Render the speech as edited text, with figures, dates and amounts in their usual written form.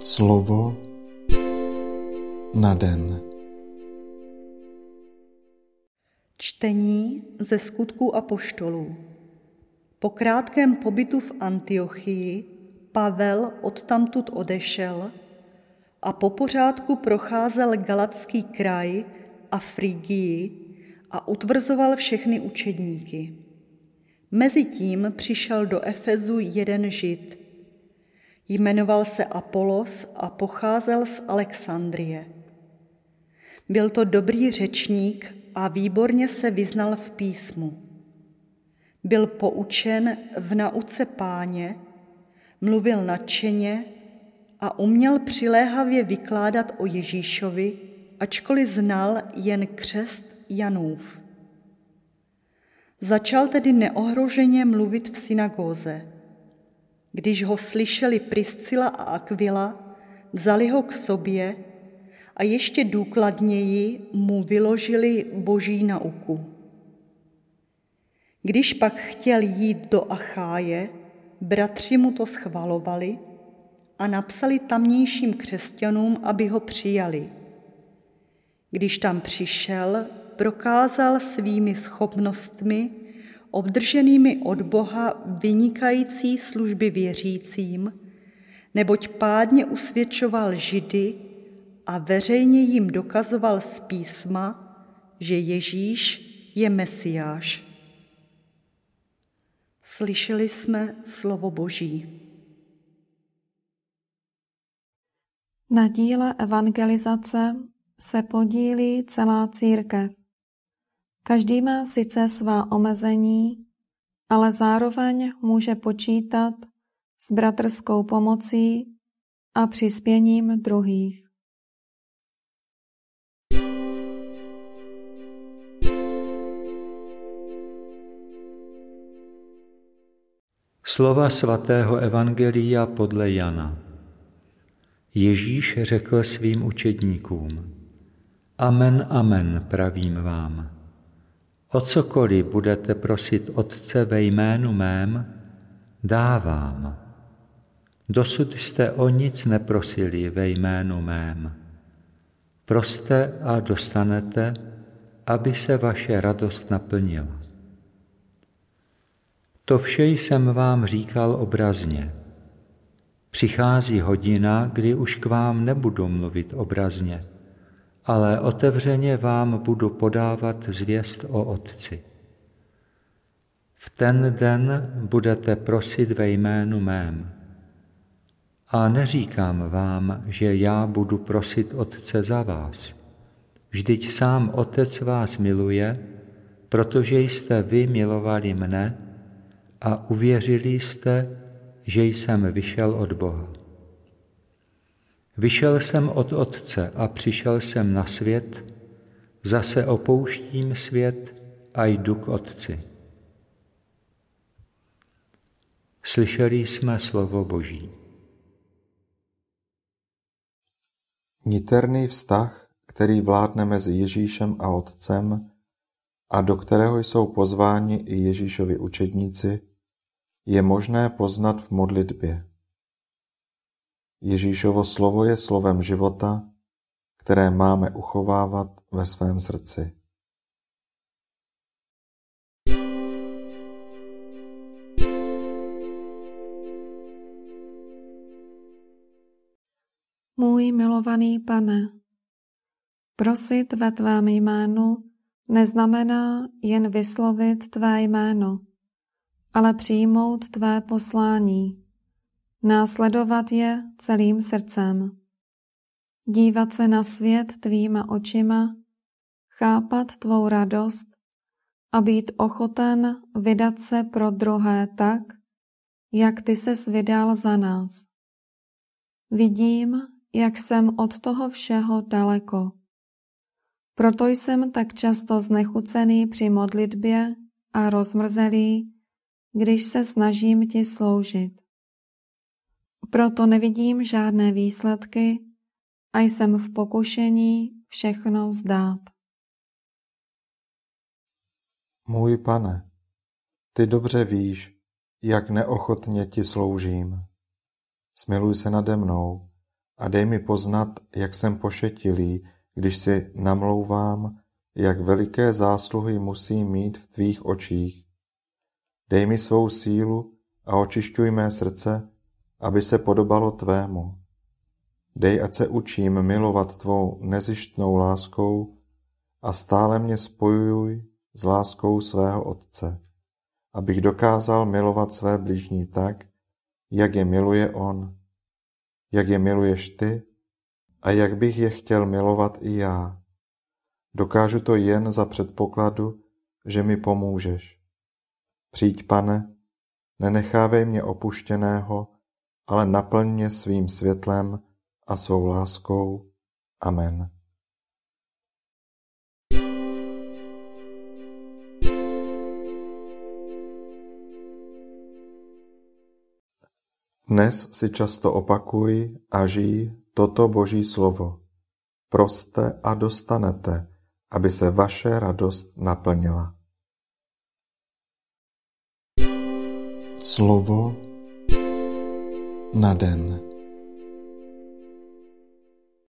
Slovo na den. Čtení ze Skutků apoštolů. Po krátkém pobytu v Antiochii Pavel odtamtud odešel a po pořádku procházel Galatský kraj a Frygii a utvrzoval všechny učedníky. Mezitím přišel do Efezu jeden Žid. Jmenoval se Apolos a pocházel z Alexandrie. Byl to dobrý řečník a výborně se vyznal v písmu. Byl poučen v nauce Páně, mluvil nadšeně a uměl přiléhavě vykládat o Ježíšovi, ačkoliv znal jen křest Janův. Začal tedy neohroženě mluvit v synagóze. Když ho slyšeli Priscila a Aquila, vzali ho k sobě a ještě důkladněji mu vyložili boží nauku. Když pak chtěl jít do Acháje, bratři mu to schvalovali a napsali tamnějším křesťanům, aby ho přijali. Když tam přišel, prokázal svými schopnostmi, obdrženými od Boha, vynikající služby věřícím, neboť pádně usvědčoval Židy a veřejně jim dokazoval z písma, že Ježíš je Mesiáš. Slyšeli jsme slovo Boží. Na díle evangelizace se podílí celá církev. Každý má sice svá omezení, ale zároveň může počítat s bratrskou pomocí a přispěním druhých. Slova svatého evangelia podle Jana. Ježíš řekl svým učedníkům: Amen, amen, pravím vám. O cokoliv budete prosit Otce ve jménu mém, dávám. Dosud jste o nic neprosili ve jménu mém. Proste a dostanete, aby se vaše radost naplnila. To vše jsem vám říkal obrazně. Přichází hodina, kdy už k vám nebudu mluvit obrazně, ale otevřeně vám budu podávat zvěst o Otci. V ten den budete prosit ve jménu mém. A neříkám vám, že já budu prosit Otce za vás. Vždyť sám Otec vás miluje, protože jste vy milovali mne a uvěřili jste, že jsem vyšel od Boha. Vyšel jsem od Otce a přišel jsem na svět, zase opouštím svět a jdu k Otci. Slyšeli jsme slovo Boží. Niterný vztah, který vládne mezi Ježíšem a Otcem a do kterého jsou pozváni i Ježíšovi učedníci, je možné poznat v modlitbě. Ježíšovo slovo je slovem života, které máme uchovávat ve svém srdci. Můj milovaný Pane, prosit ve tvém jménu neznamená jen vyslovit tvé jméno, ale přijmout tvé poslání, následovat je celým srdcem, dívat se na svět tvýma očima, chápat tvou radost a být ochoten vydat se pro druhé tak, jak ty ses vydal za nás. Vidím, jak jsem od toho všeho daleko. Proto jsem tak často znechucený při modlitbě a rozmrzelý, když se snažím ti sloužit. Proto nevidím žádné výsledky a jsem v pokušení všechno vzdát. Můj Pane, ty dobře víš, jak neochotně ti sloužím. Smiluj se nade mnou a dej mi poznat, jak jsem pošetilý, když si namlouvám, jak veliké zásluhy musím mít v tvých očích. Dej mi svou sílu a očišťuj mé srdce, aby se podobalo tvému. Dej, ať se učím milovat tvou nezištnou láskou a stále mě spojuj s láskou svého Otce, abych dokázal milovat své bližní tak, jak je miluje on, jak je miluješ ty a jak bych je chtěl milovat i já. Dokážu to jen za předpokladu, že mi pomůžeš. Přijď, Pane, nenechávej mě opuštěného, ale naplň mě svým světlem a svou láskou. Amen. Dnes si často opakuj a žij toto Boží slovo. Proste a dostanete, aby se vaše radost naplnila. Slovo na den.